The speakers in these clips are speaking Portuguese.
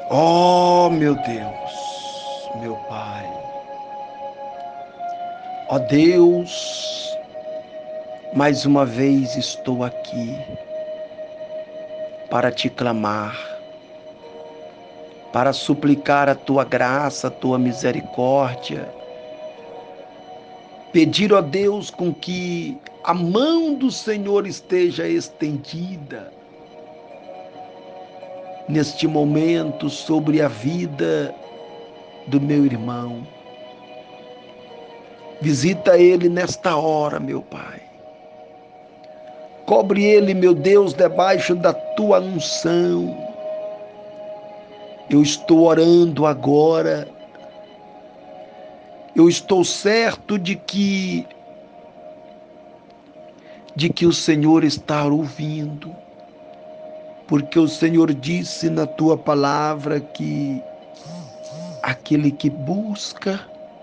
Oh, meu Deus, meu Pai. Ó Deus, mais uma vez estou aqui para te clamar, para suplicar a tua graça, a tua misericórdia. Pedir, ó Deus, com que a mão do Senhor esteja estendida neste momento sobre a vida do meu irmão. Visita ele nesta hora, meu Pai. Cobre ele, meu Deus, debaixo da tua unção. Eu estou orando agora. Eu estou certo de que o Senhor está ouvindo, porque o Senhor disse na tua palavra que aquele que busca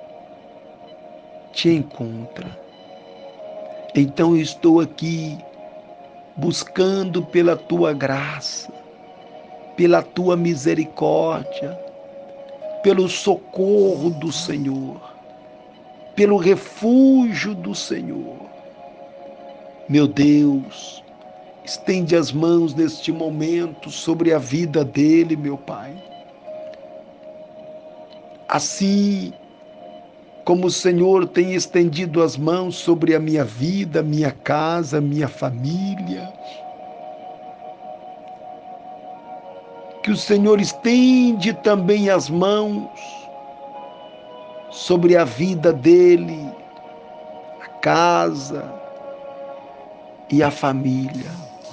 te encontra. Então eu estou aqui buscando pela tua graça, pela tua misericórdia, pelo socorro do Senhor, pelo refúgio do Senhor. Meu Deus, estende as mãos neste momento sobre a vida dele, meu Pai. Assim como o Senhor tem estendido as mãos sobre a minha vida, minha casa, minha família, que o Senhor estende também as mãos sobre a vida dele, a casa e a família.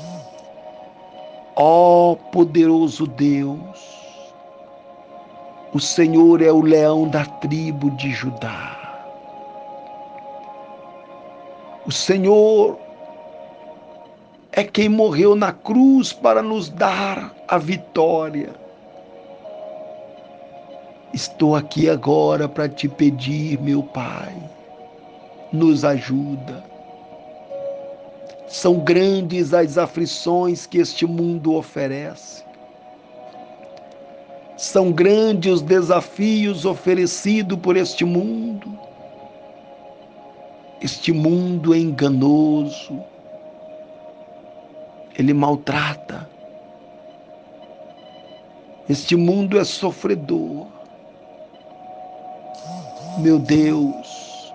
Ó poderoso Deus, o Senhor é o leão da tribo de Judá. O Senhor é quem morreu na cruz para nos dar a vitória. Estou aqui agora para te pedir, meu Pai, nos ajuda. São grandes as aflições que este mundo oferece. São grandes os desafios oferecidos por este mundo. Este mundo é enganoso. Ele maltrata. Este mundo é sofredor. Meu Deus,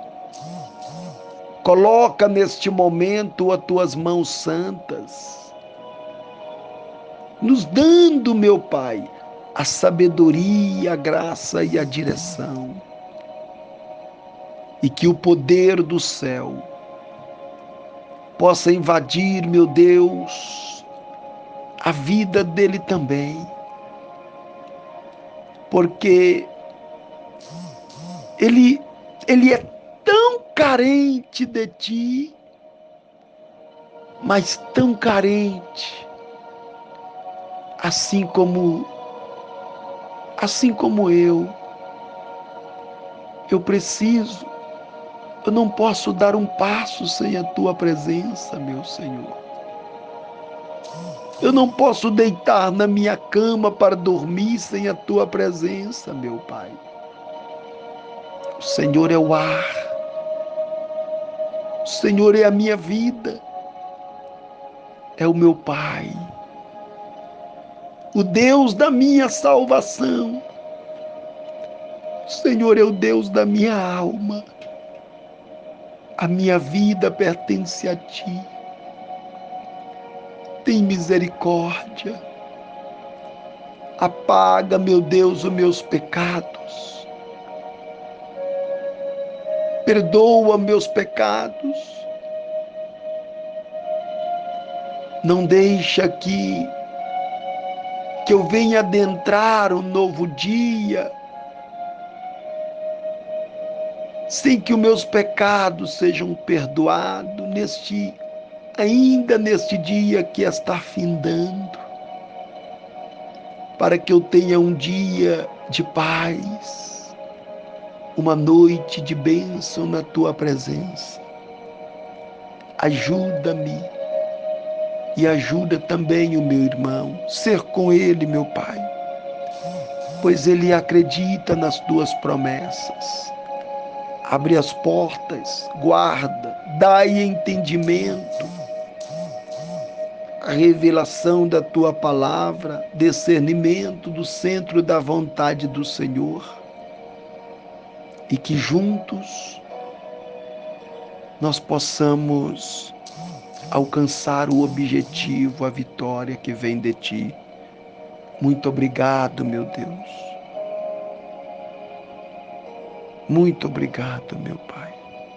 coloca neste momento as tuas mãos santas, nos dando, meu Pai, a sabedoria, a graça e a direção. E que o poder do céu possa invadir, meu Deus, a vida dele também. Porque ele, ele é tão carente de ti, mas tão carente, assim como eu preciso, eu não posso dar um passo sem a tua presença, meu Senhor. Eu não posso deitar na minha cama para dormir sem a tua presença, meu Pai. O Senhor é o ar, o Senhor é a minha vida, é o meu Pai, o Deus da minha salvação. O Senhor é o Deus da minha alma. A minha vida pertence a ti. Tem misericórdia. Apaga, meu Deus, os meus pecados. Perdoa meus pecados. Não deixa que eu venha adentrar um novo dia sem que os meus pecados sejam perdoados ainda neste dia que está findando, para que eu tenha um dia de paz, uma noite de bênção na tua presença. Ajuda-me e ajuda também o meu irmão. Ser com ele, meu Pai. pois ele acredita nas tuas promessas. Abre as portas, guarda, dai entendimento, a revelação da tua palavra, discernimento do centro da vontade do Senhor, e que juntos nós possamos alcançar o objetivo, a vitória que vem de ti. Muito obrigado, meu Deus. Muito obrigado, meu Pai.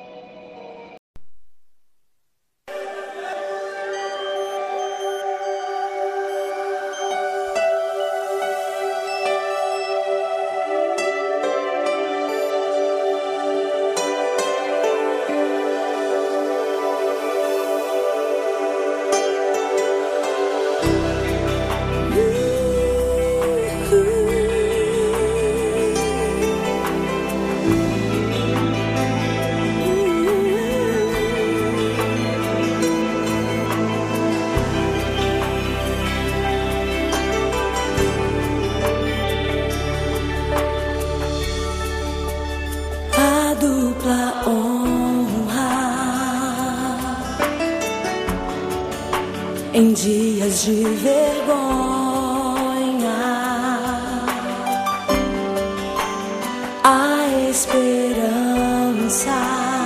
Dupla honra em dias de vergonha, a esperança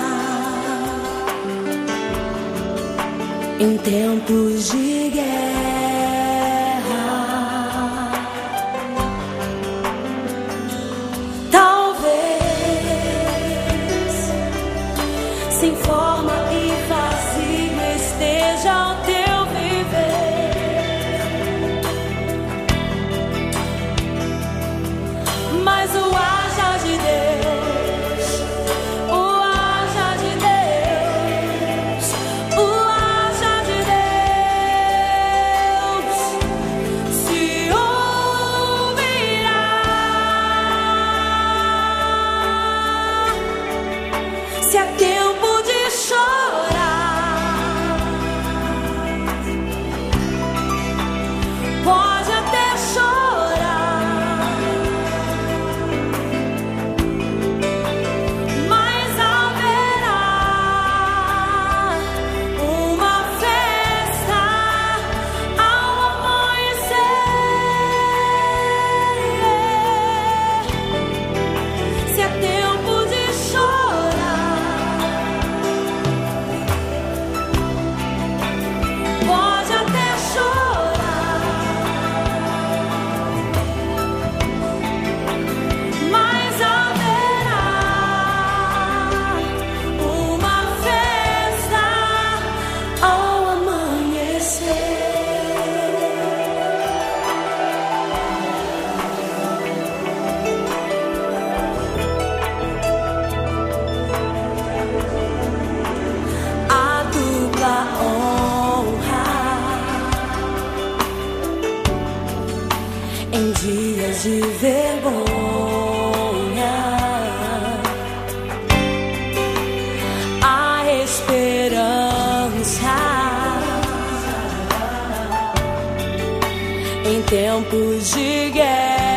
em tempos de guerra. Sem forma e vazio esteja o teu viver, mas o haja de Deus, o haja de Deus, o haja de Deus se ouvirá. Se há tempo de chorar, pode até chorar, mas haverá uma festa ao amanhecer. Se há tempo de chorar, pode até chorar, mas haverá uma festa ao amanhecer. A dupla honra em dias de vergonha, a esperança em tempos de guerra.